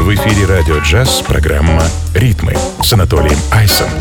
В эфире «Радио Джаз» программа «Ритмы» с Анатолием Айсом.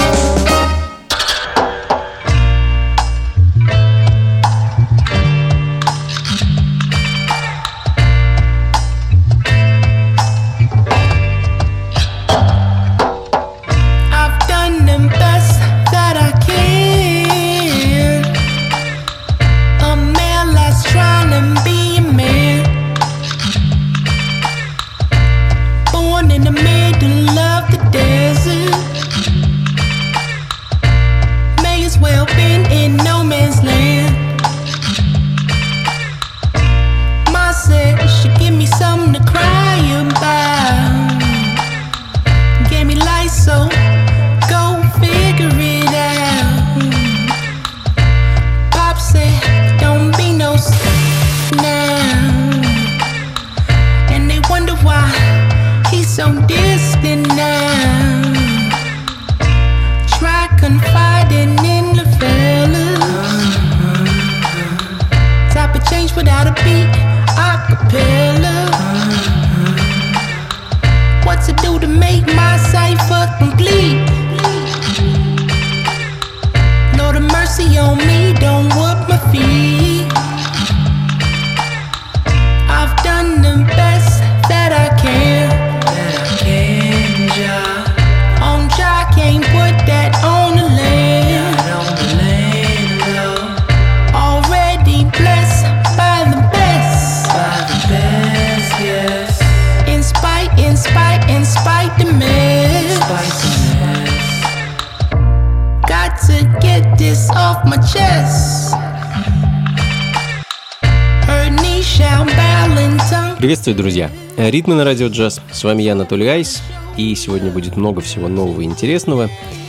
Приветствую, друзья! Ритмы на радио джаз. С вами я, Анатолий Айс, и сегодня будет много всего нового и интересного.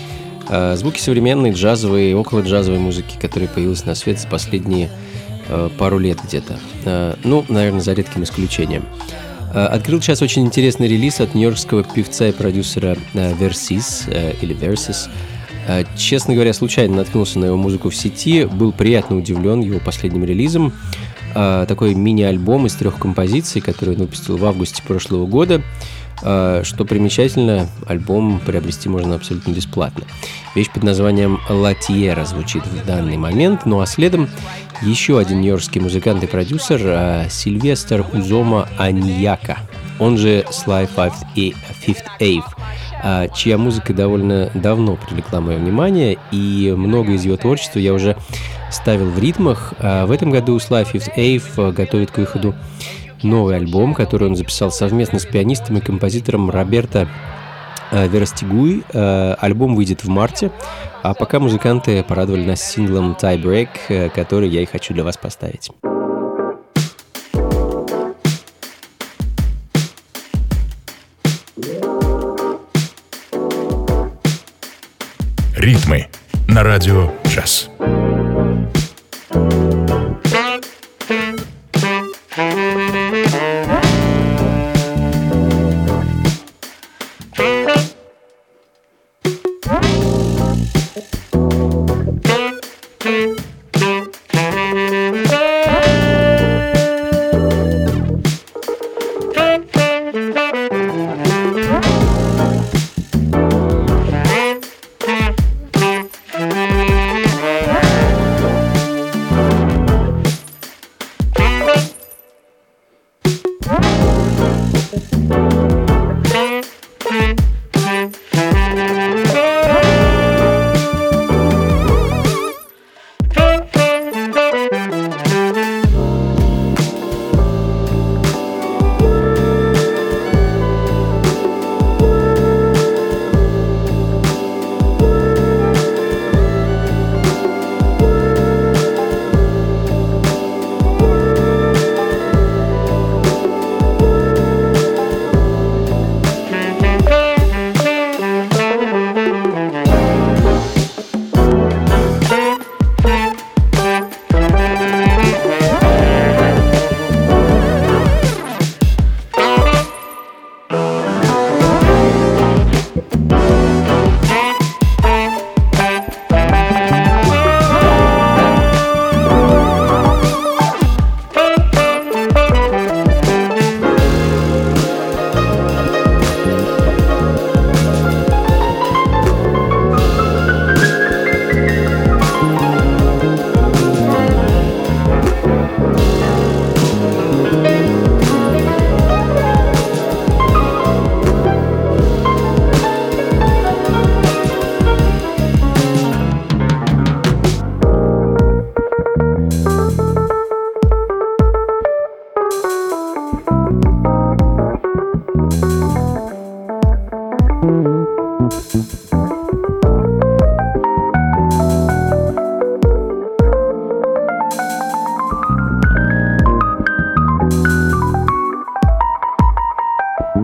Звуки современной джазовой и около-джазовой музыки, которая появилась на свет за последние пару лет где-то. Наверное, за редким исключением. Открыл сейчас очень интересный релиз от нью-йоркского певца и продюсера Versis, или Versis. Честно говоря, случайно наткнулся на его музыку в сети, был приятно удивлен его последним релизом. Такой мини-альбом из 3 композиций, который он выпустил в августе прошлого года. Что примечательно, альбом приобрести можно абсолютно бесплатно. Вещь под названием «Ла Тьерра» звучит в данный момент, ну а следом еще один нью-йоркский музыкант и продюсер Сильвестр Узома Аньяка, он же Sly Fifth Ave, чья музыка довольно давно привлекла мое внимание, и много из его творчества я уже ставил в ритмах. В этом году Sly Fifth Ave готовит к выходу новый альбом, который он записал совместно с пианистом и композитором Роберто Верастигуй. Альбом выйдет в марте, а пока музыканты порадовали нас синглом «Tie Break», который я и хочу для вас поставить. Ритмы на радио джаз.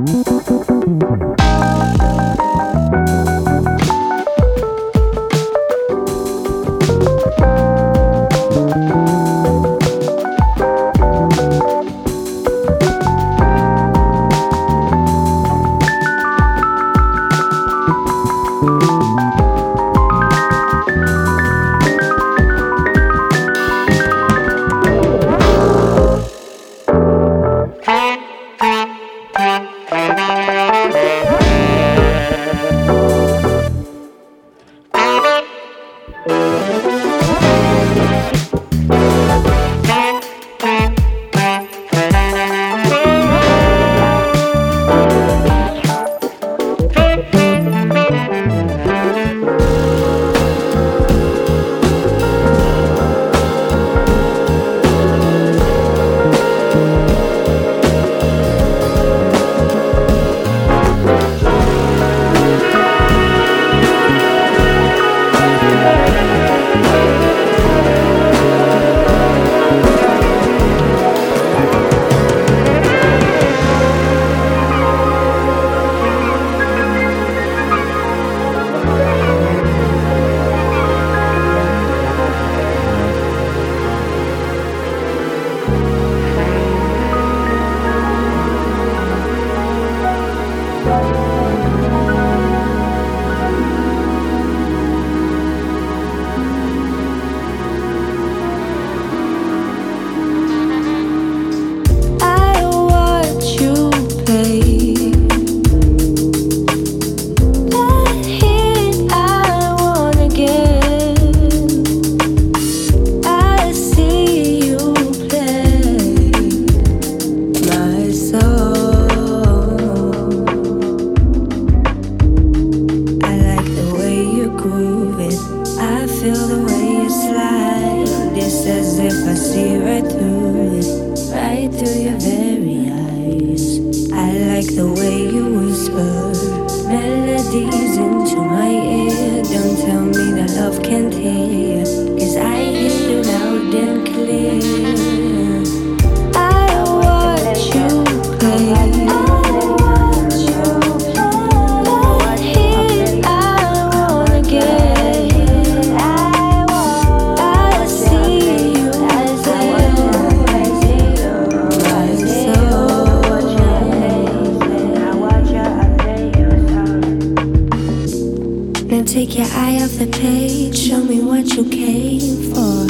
Take your eye off the page, show me what you came for.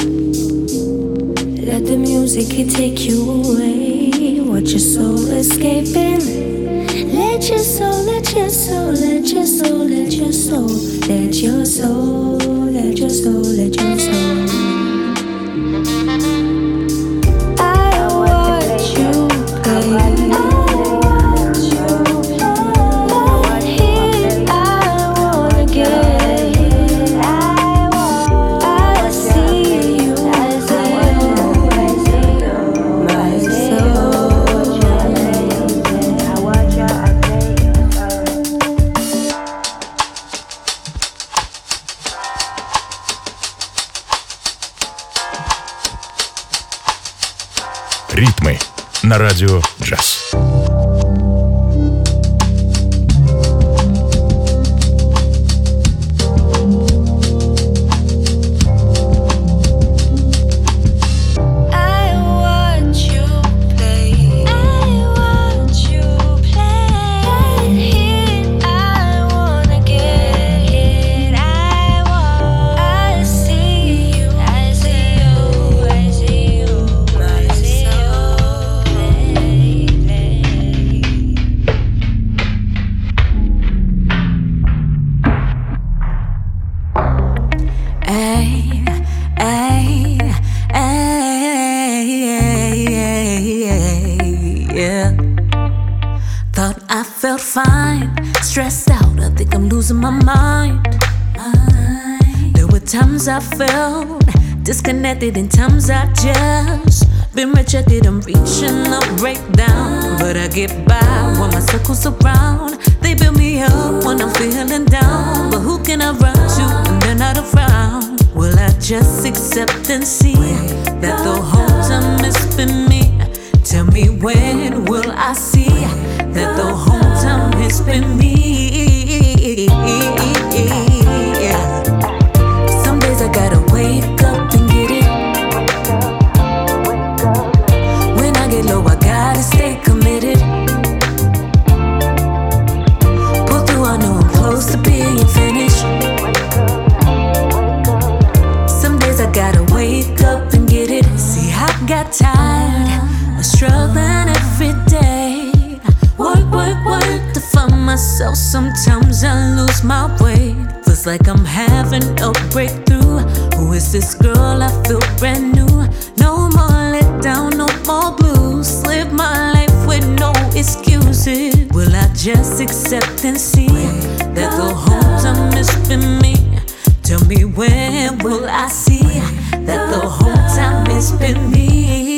Let the music take you away, what your soul escaping. Let your soul, let your soul, let your soul, let your soul, let your soul, let your soul, let your soul. I watch you play. Ритмы на радио «Джаз». I felt disconnected, in times I just been rejected. I'm reaching a breakdown, but I get by when my circles around. They build me up when I'm feeling down, but who can I run to when they're not around? Will I just accept and see that the whole time it's been me? Tell me, when will I see that the whole it's been me. Some days I gotta wake up and get it. When I get low, I gotta stay committed. Pull through, I know I'm close to being finished. Some days I gotta wake up and get it. See, I got tired of struggling every day. Work to find myself. Sometimes I lose my way. Feels like I'm having a breakthrough. Who is this girl? I feel brand new. No more let down, no more blues. Live my life with no excuses. Will I just accept and see that the whole time it's been me? Tell me when will I see that the whole time it's been me?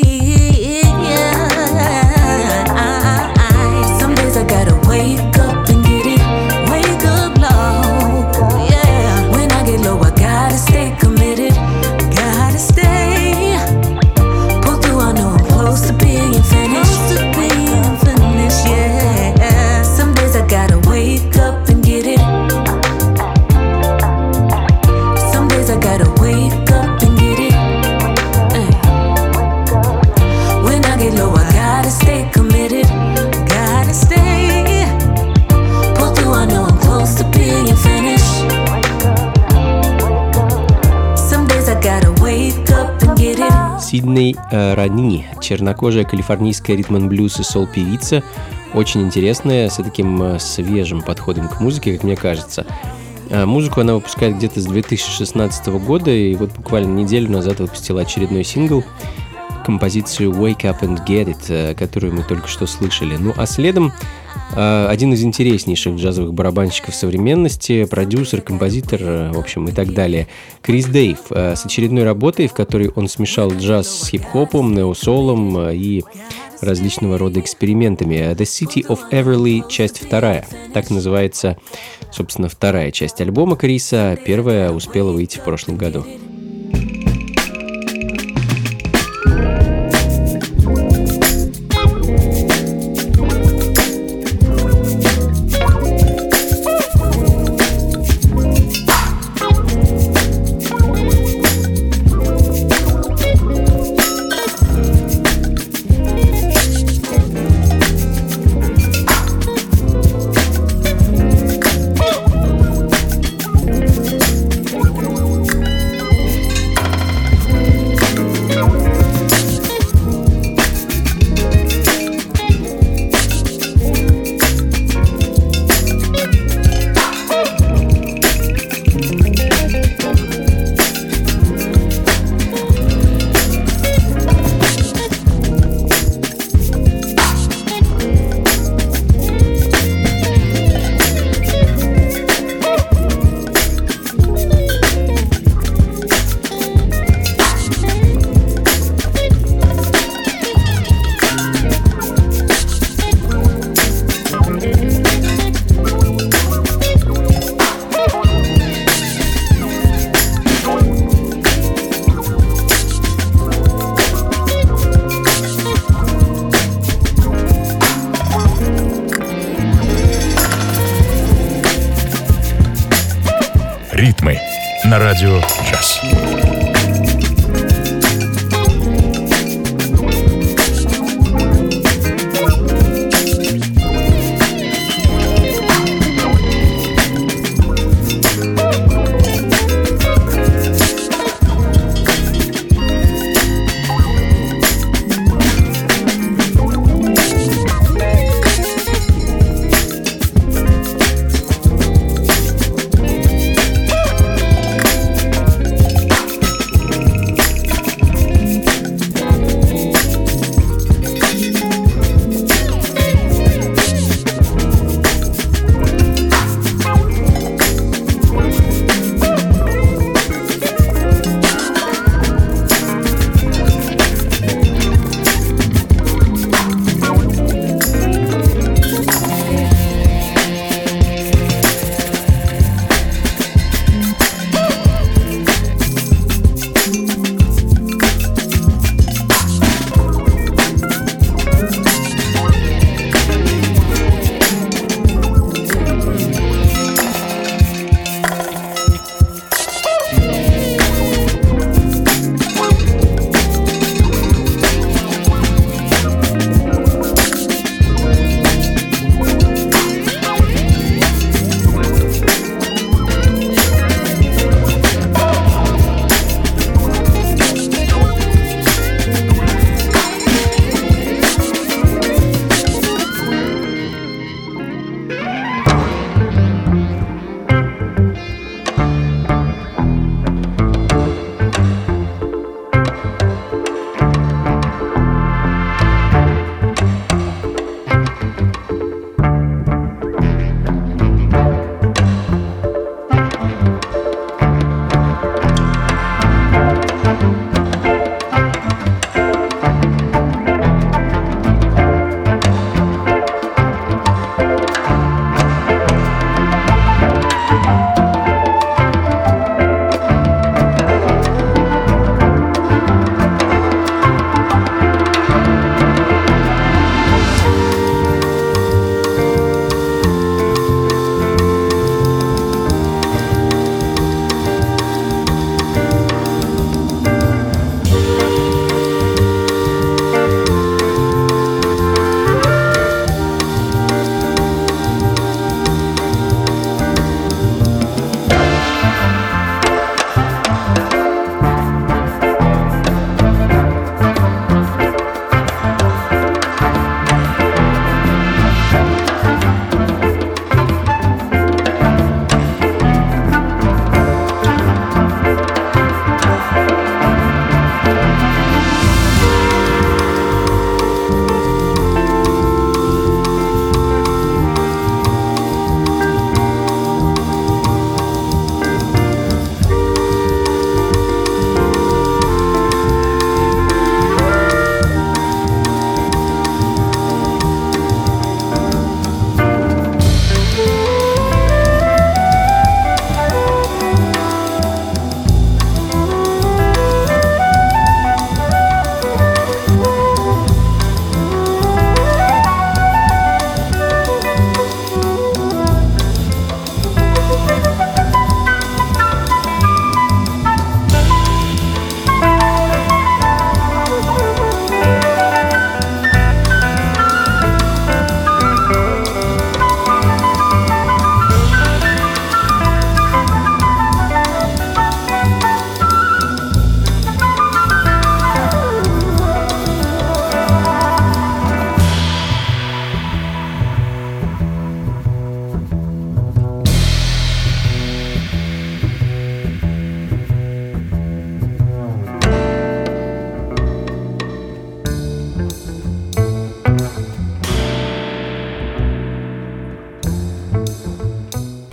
Some days I gotta wake up and get it. Wake up low, yeah. When I get low, I gotta stay committed. Gotta stay. Pull through, I know I'm close to being finished. Yeah. Some days I gotta wake up and get it. Some days I gotta wake up and get it. When I get low, I gotta stay committed. Gotta stay. Pull through, I know I'm close to being finished. Some days I gotta wake up and get it. Сидней Рани, чернокожая калифорнийская ритм-н-блюз и сол-певица, очень интересная, с таким свежим подходом к музыке, как мне кажется. Музыку она выпускает где-то с 2016 года, и вот буквально неделю назад выпустила очередной сингл, композицию «Wake Up and Get It», которую мы только что слышали. Ну а следом один из интереснейших джазовых барабанщиков современности, продюсер, композитор, в общем, и так далее, Крис Дейв, с очередной работой, в которой он смешал джаз с хип-хопом, нео-солом и различного рода экспериментами. «The City of Everly», часть 2. Так называется, собственно, вторая часть альбома Криса. Первая успела выйти в прошлом году. Ритмы на радио «Джаз».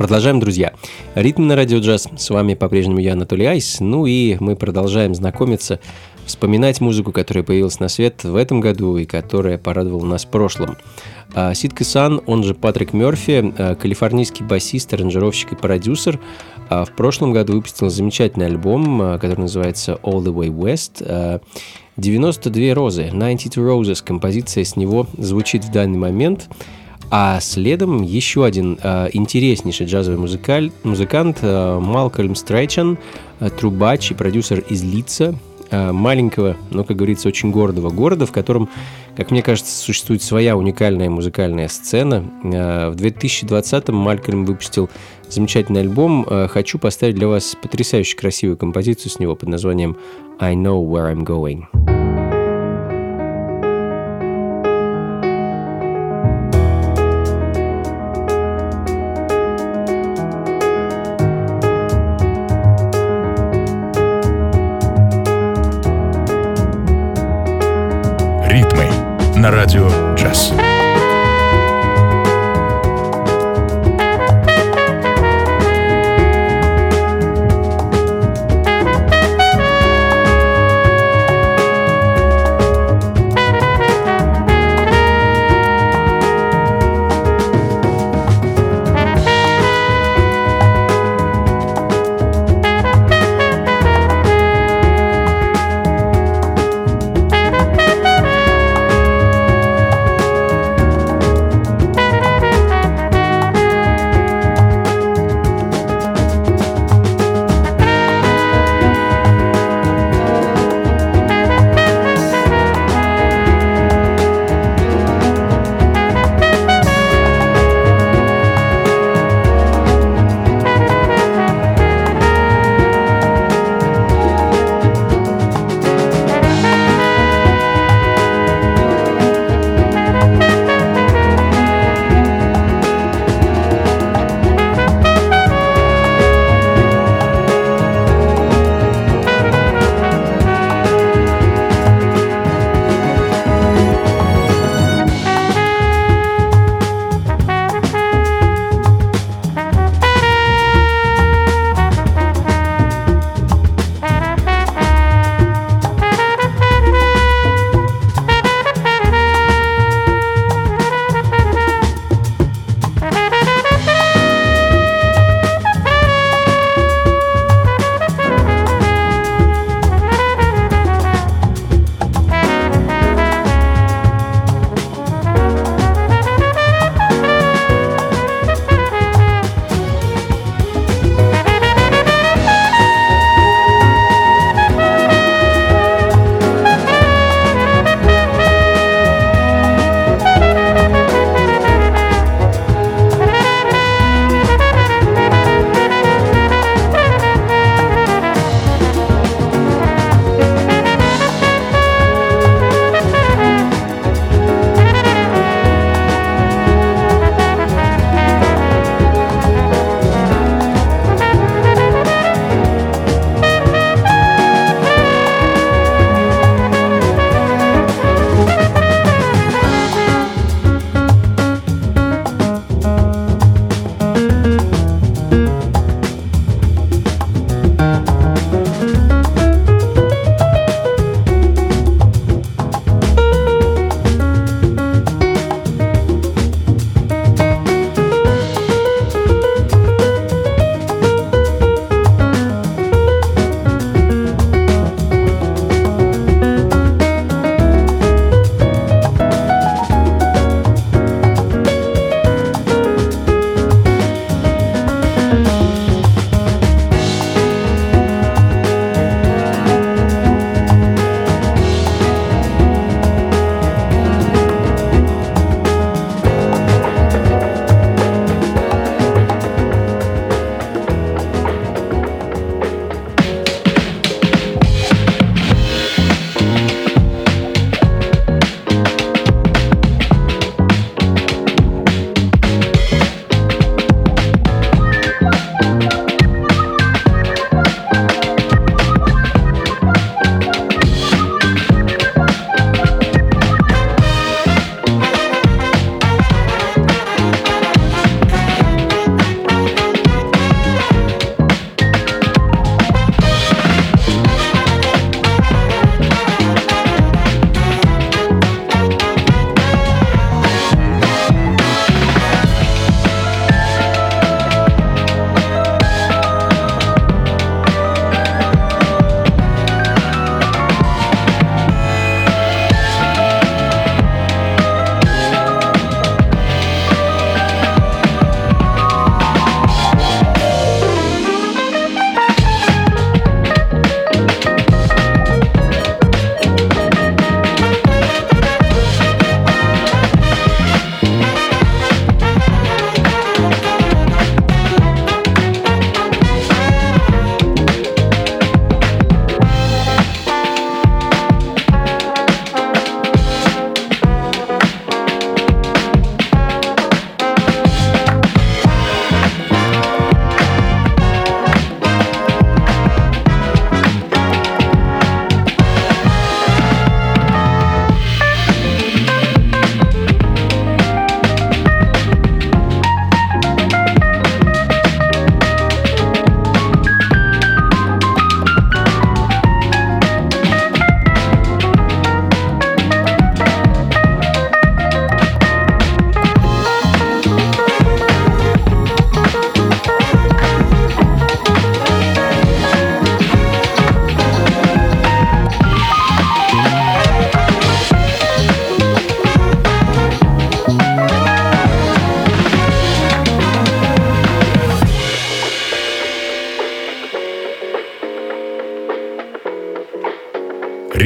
Продолжаем, друзья. Ритм на радио джаз. С вами по-прежнему я, Анатолий Айс. Ну и мы продолжаем знакомиться, вспоминать музыку, которая появилась на свет в этом году и которая порадовала нас в прошлом. Сид Касан, он же Патрик Мёрфи, калифорнийский басист, аранжировщик и продюсер, в прошлом году выпустил замечательный альбом, который называется All the Way West. 92 розы, 92 Roses, композиция с него звучит в данный момент. А следом еще один интереснейший джазовый музыкант Малкольм Стрейчан, трубач и продюсер из Лидса, маленького, но, как говорится, очень гордого города, в котором, как мне кажется, существует своя уникальная музыкальная сцена. В 2020-м Малкольм выпустил замечательный альбом. Хочу поставить для вас потрясающе красивую композицию с него под названием «I Know Where I'm Going». Ритмы на радио джаз.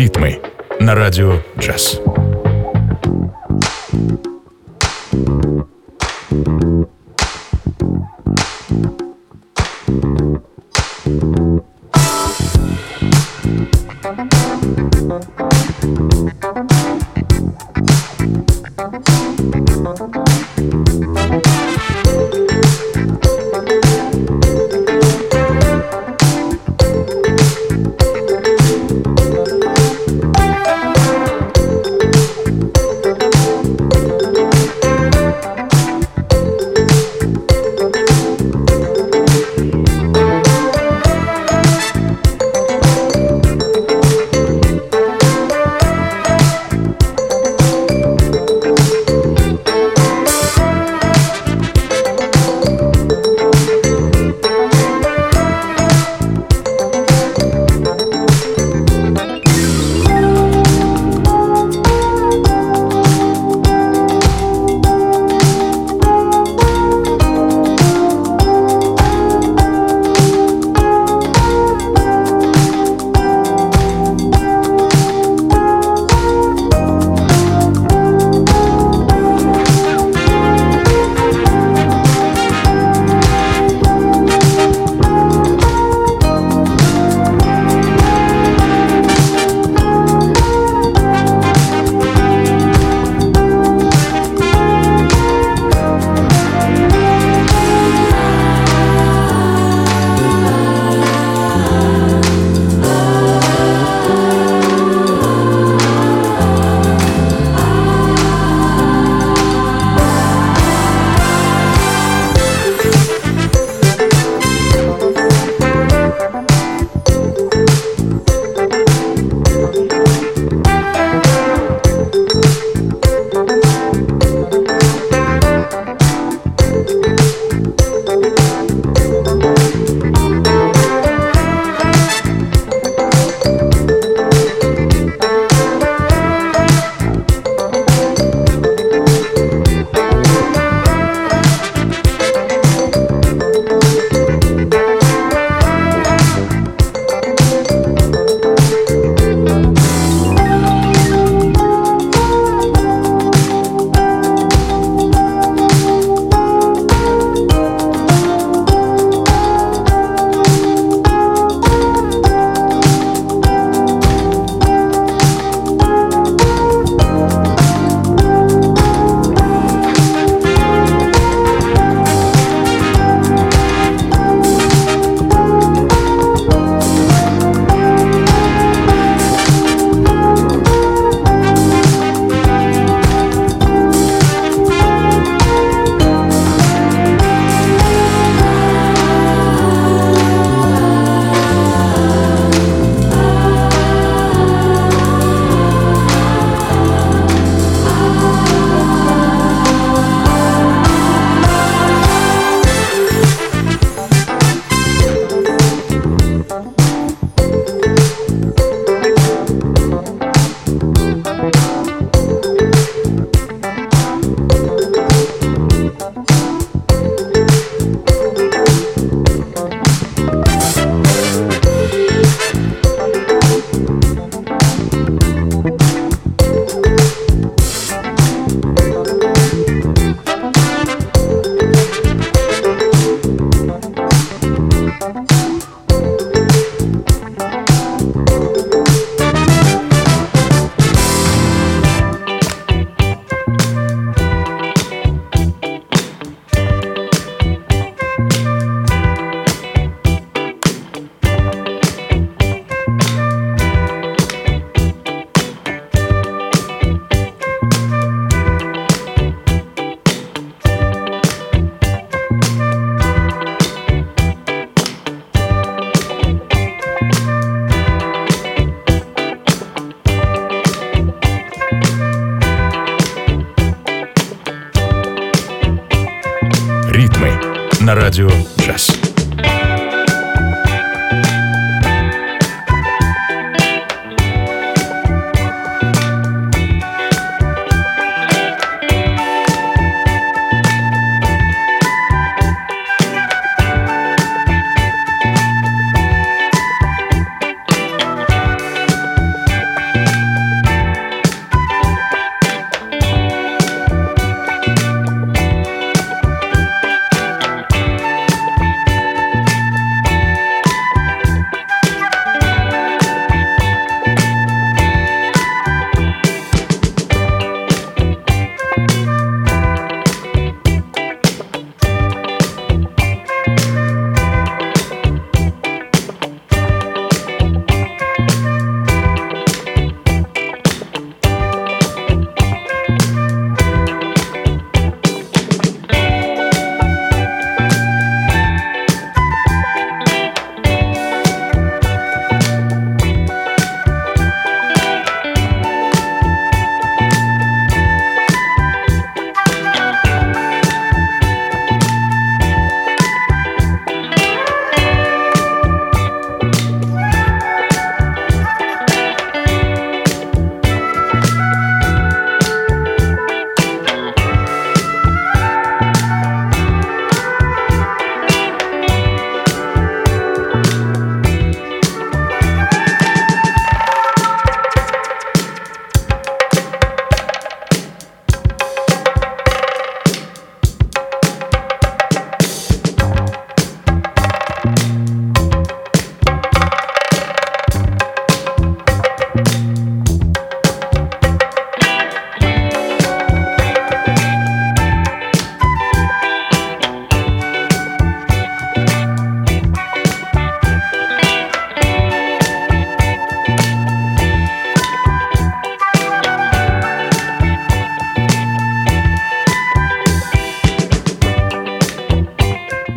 Ритмы на радио «Джаз». на радио «Джаз».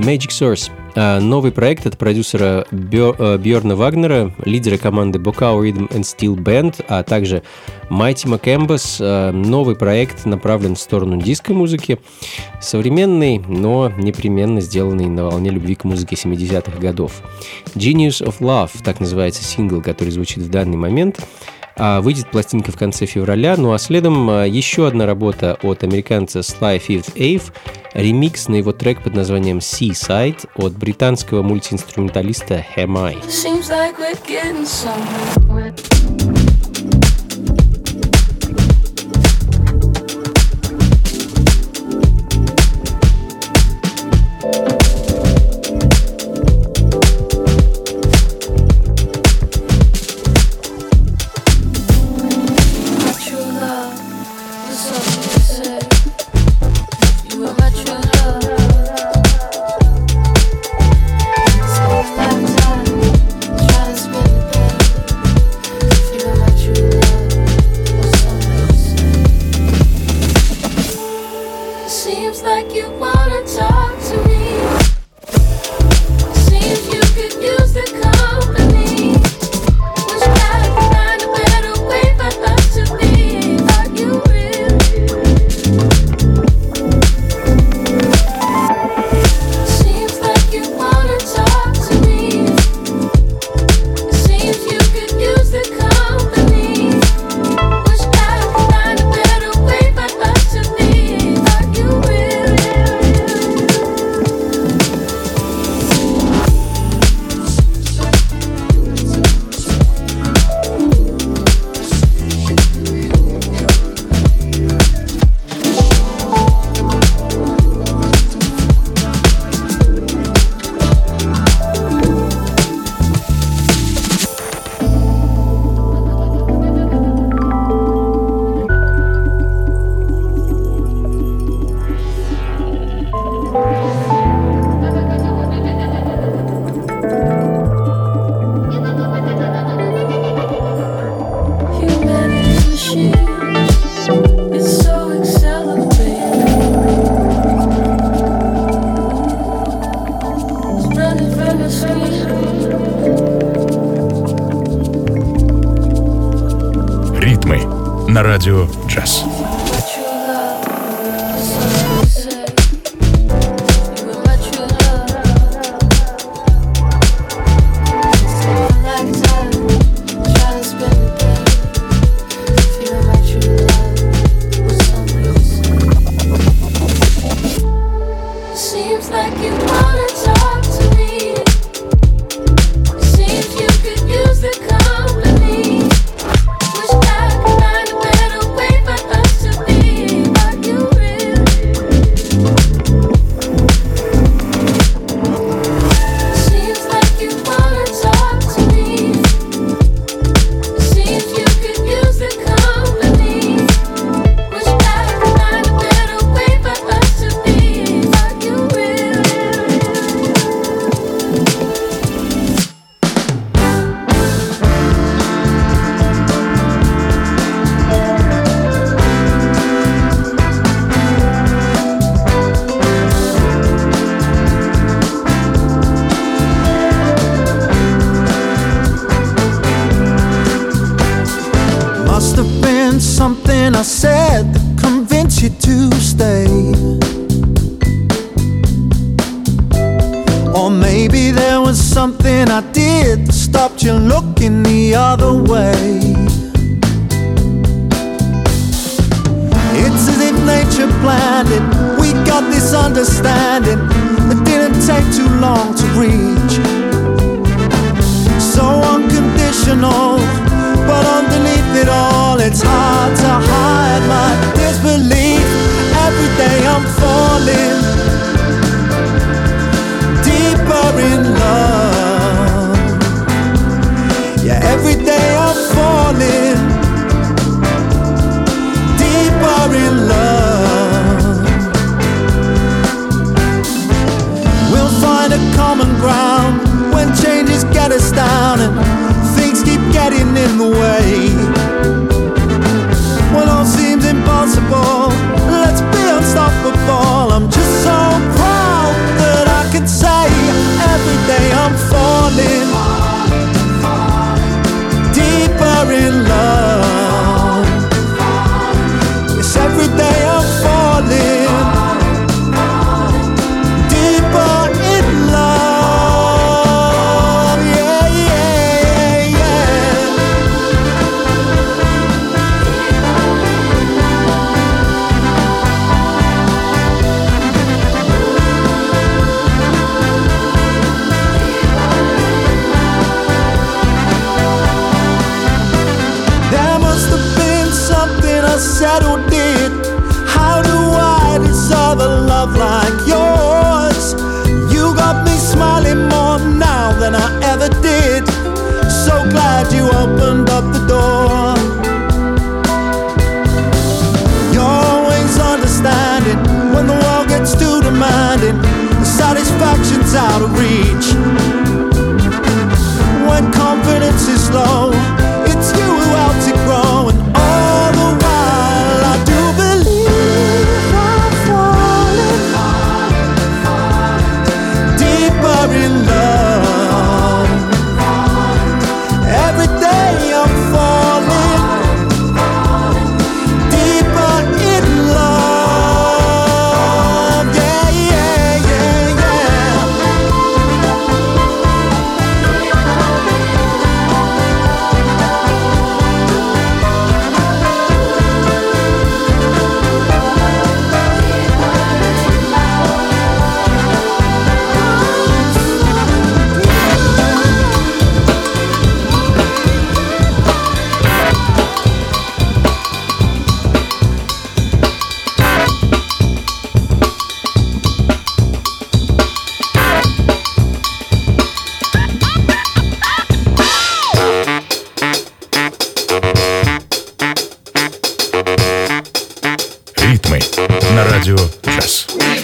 Magic Source. Новый проект от продюсера Бьорна Вагнера, лидера команды Bokao Rhythm and Steel Band, а также Mighty Macambas. Новый проект направлен в сторону диско-музыки, современный, но непременно сделанный на волне любви к музыке 70-х годов. Genius of Love, так называется сингл, который звучит в данный момент. Выйдет пластинка в конце февраля, ну а следом еще одна работа от американца Sly Fifth Ave, ремикс на его трек под названием Seaside от британского мультиинструменталиста Ham I. На радио «Джаз». I said that convinced you to stay. Or maybe there was something I did that stopped you looking the other way. It's as if nature planned it. We got this understanding that didn't take too long to reach. So unconditional, but underneath it all, it's hard to hide my disbelief. Every day I'm falling deeper in love. Yeah, every day I'm falling deeper in love. We'll find a common ground when changes get us down and things keep getting in the way. When all seems impossible, let's be unstoppable. love like yours. You got me smiling more now than I ever did. So glad you opened up the door. You're always understanding when the world gets too demanding. The satisfaction's out of reach. When confidence is low, it's you who helps it grow. And all the while I do believe I'm falling deeper in love. Every day I'm falling deeper in love. Yeah, yeah, yeah, yeah. Ритмы на радио «Джаз».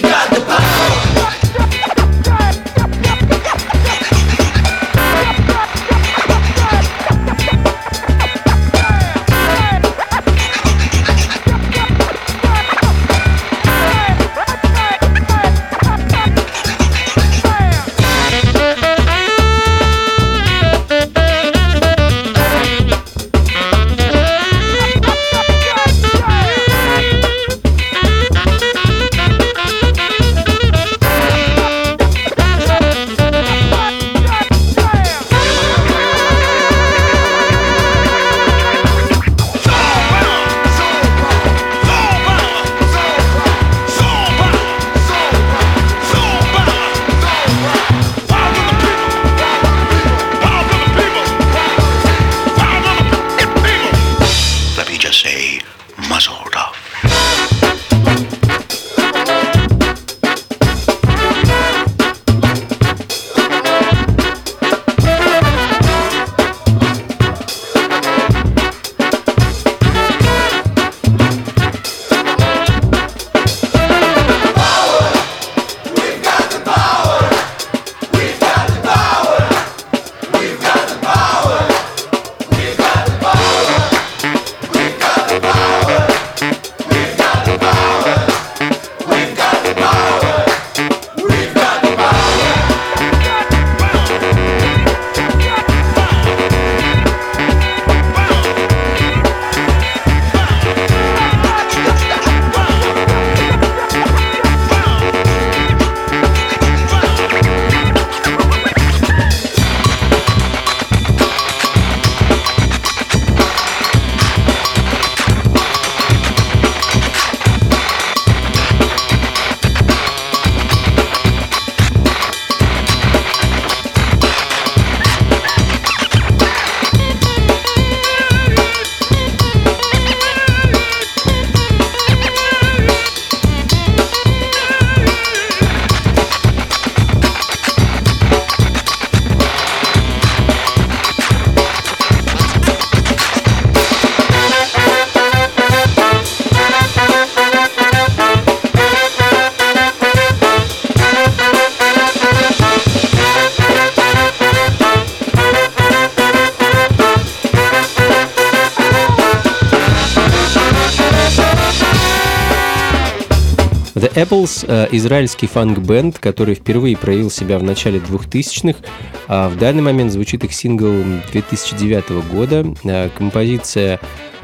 The Apples — израильский фанк-бенд, который впервые проявил себя в начале 2000-х. В данный момент звучит их сингл 2009 года. Композиция,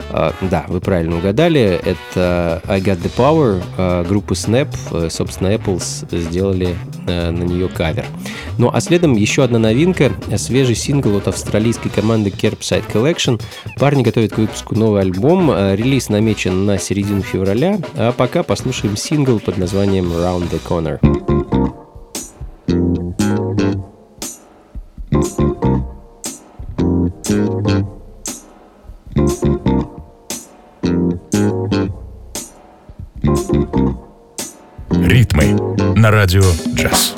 да, вы правильно угадали, это I Got The Power группы Snap. Собственно, Apples сделали на нее кавер. Ну а следом еще одна новинка, свежий сингл от австралийской команды Kerbside Collection. Парни готовят к выпуску новый альбом. Релиз намечен на середину февраля. А пока послушаем сингл под названием Round the Corner. Ритмы Ритмы на радио «Джаз».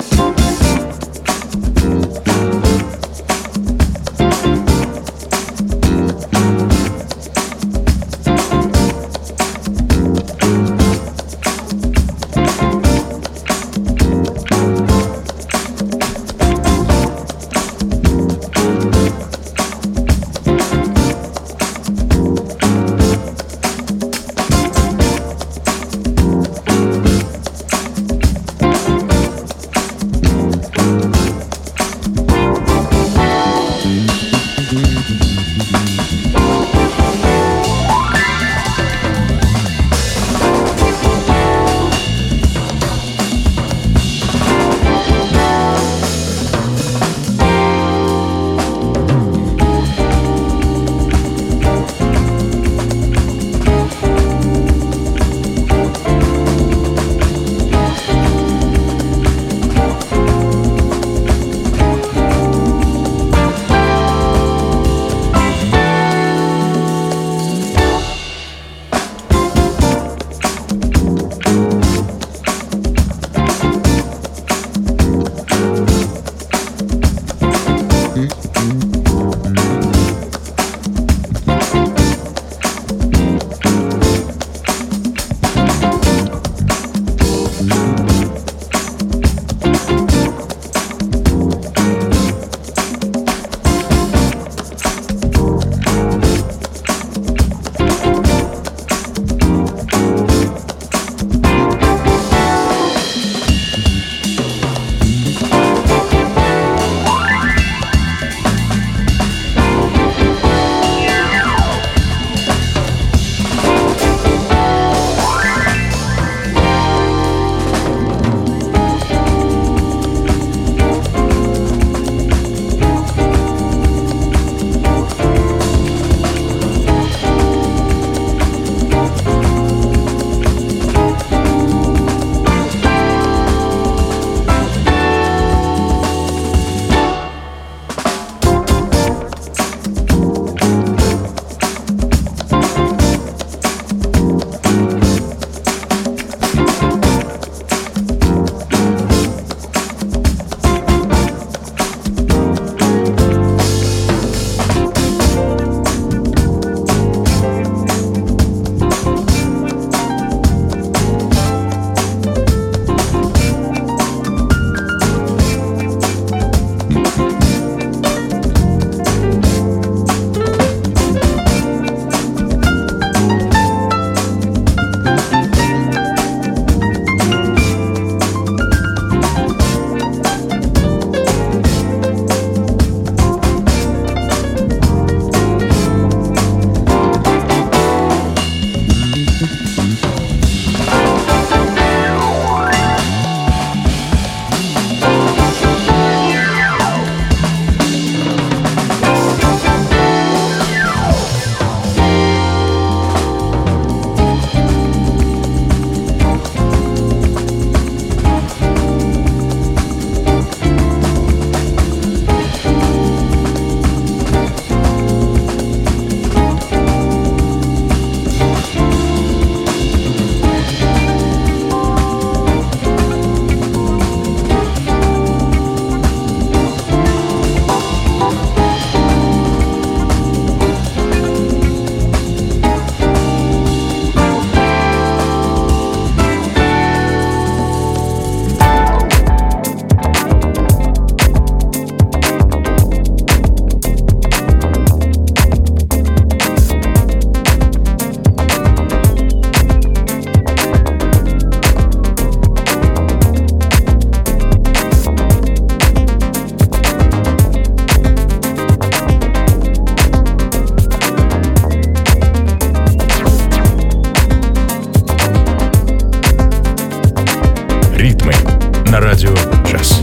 на радио «Джаз».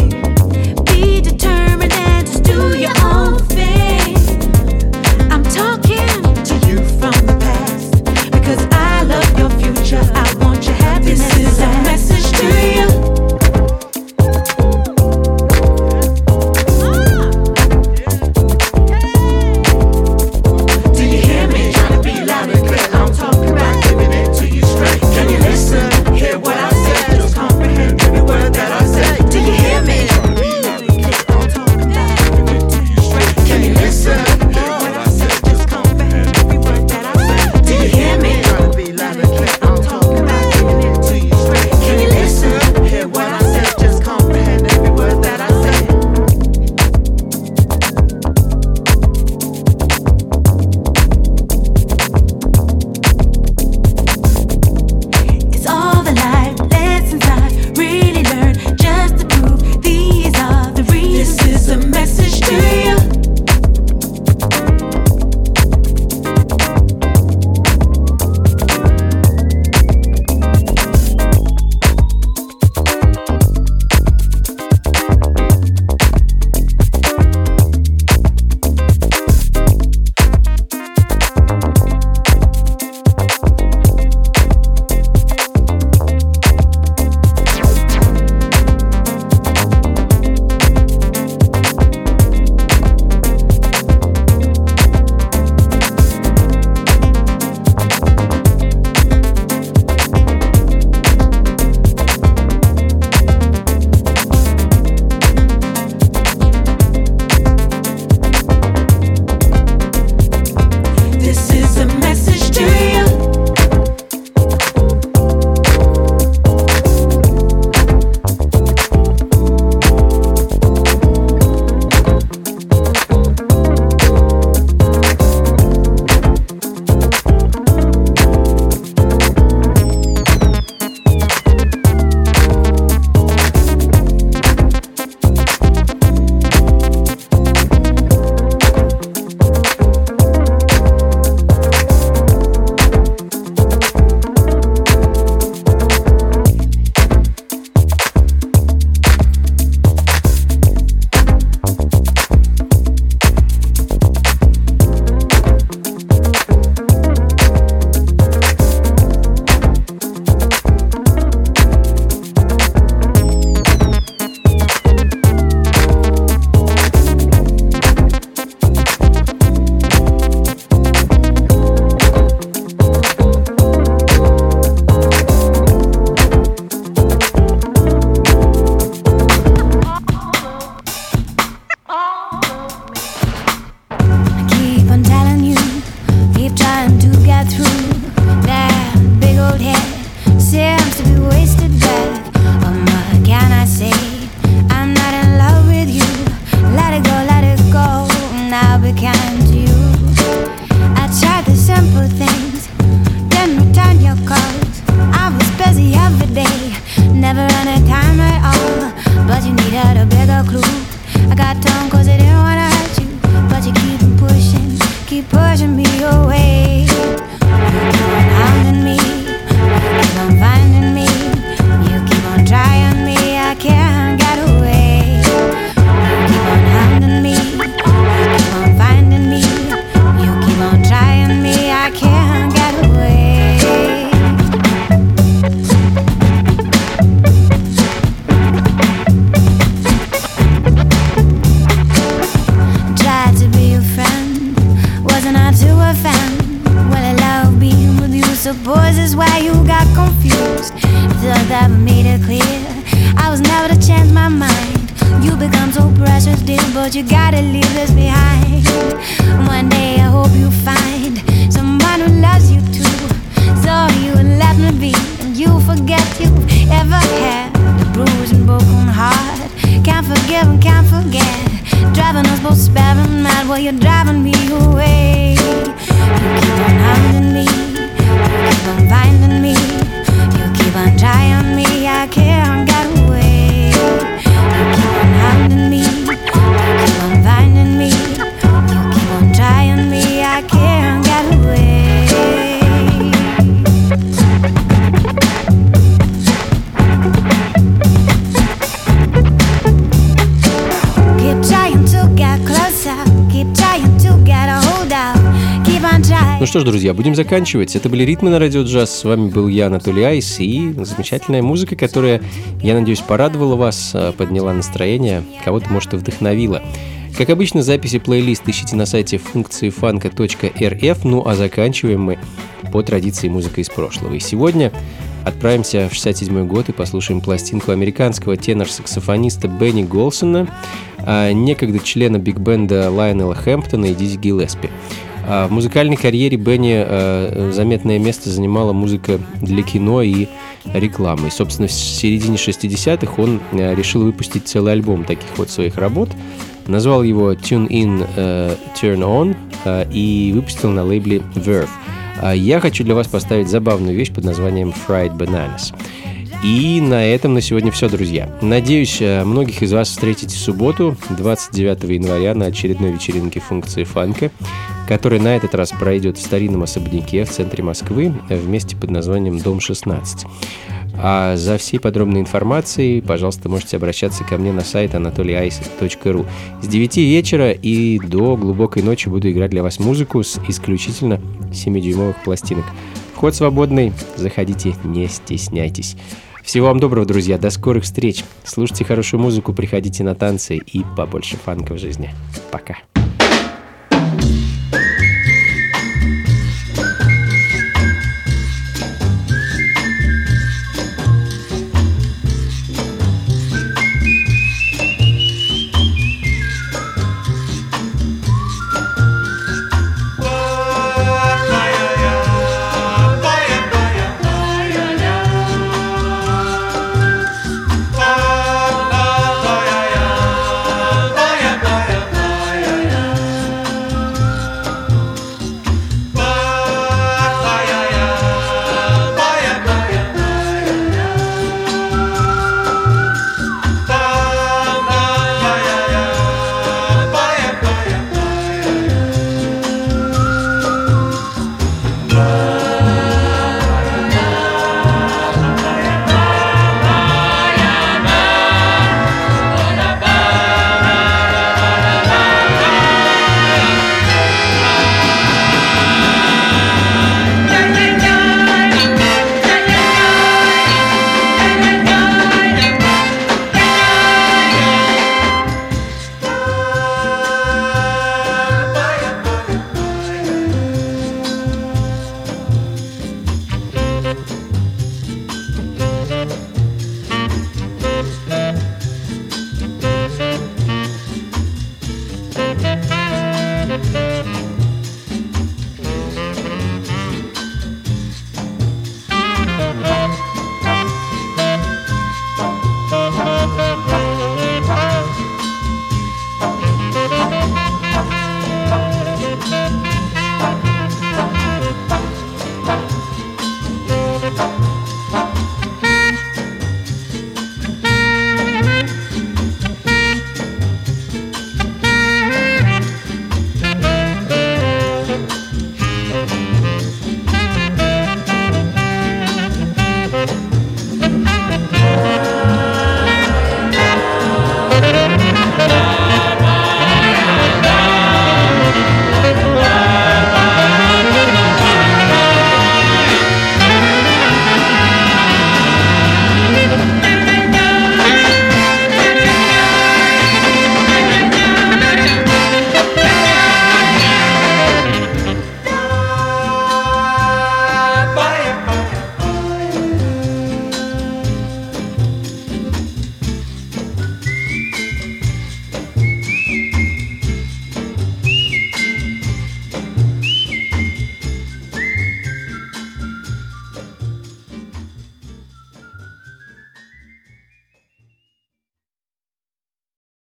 I'm talking were found. Well, I love being with you, suppose that's why you got confused. Thought that made it clear I was never to change my mind. You become so precious, dear, but you gotta leave this behind. One day I hope you find someone who loves you too. So you let me be, and you forget you've ever had a bruised and broken heart. Can't forgive and can't forget, driving us both sparing mad while you're driving me away. You keep on hounding me, you keep on finding me, you keep on trying me, I can't get away. You keep on hounding me, you keep on finding me, you keep on trying me, I can't get away. Keep trying to get closer, keep trying to get a hold of, keep on trying. Ну что ж, друзья, будем заканчивать. Это были «Ритмы» на Радио Джаз. С вами был я, Анатолий Айс, и замечательная музыка, которая, я надеюсь, порадовала вас, подняла настроение, кого-то, может, и вдохновила. Как обычно, записи плейлист ищите на сайте функции фанка.рф, ну а заканчиваем мы по традиции музыкой из прошлого. И сегодня отправимся в 67 год и послушаем пластинку американского тенор-саксофониста Бенни Голсона, некогда члена биг-бенда Лайонела Хэмптона и Дизи Гиллеспи. В музыкальной карьере Бенни заметное место занимала музыка для кино и рекламы. И, собственно, в середине 60-х он решил выпустить целый альбом таких вот своих работ. Назвал его Tune In, Turn On и выпустил на лейбле Verve. Я хочу для вас поставить забавную вещь под названием Fried Bananas. И на этом на сегодня все, друзья. Надеюсь, многих из вас встретить в субботу, 29 января, на очередной вечеринке функции фанка, которая на этот раз пройдет в старинном особняке в центре Москвы в месте под названием Дом 16. А за всей подробной информацией, пожалуйста, можете обращаться ко мне на сайт anatolyice.ru. С 9 вечера и до глубокой ночи буду играть для вас музыку с исключительно 7-дюймовых пластинок. Вход свободный, заходите, не стесняйтесь. Всего вам доброго, друзья, до скорых встреч. Слушайте хорошую музыку, приходите на танцы и побольше фанка в жизни. Пока.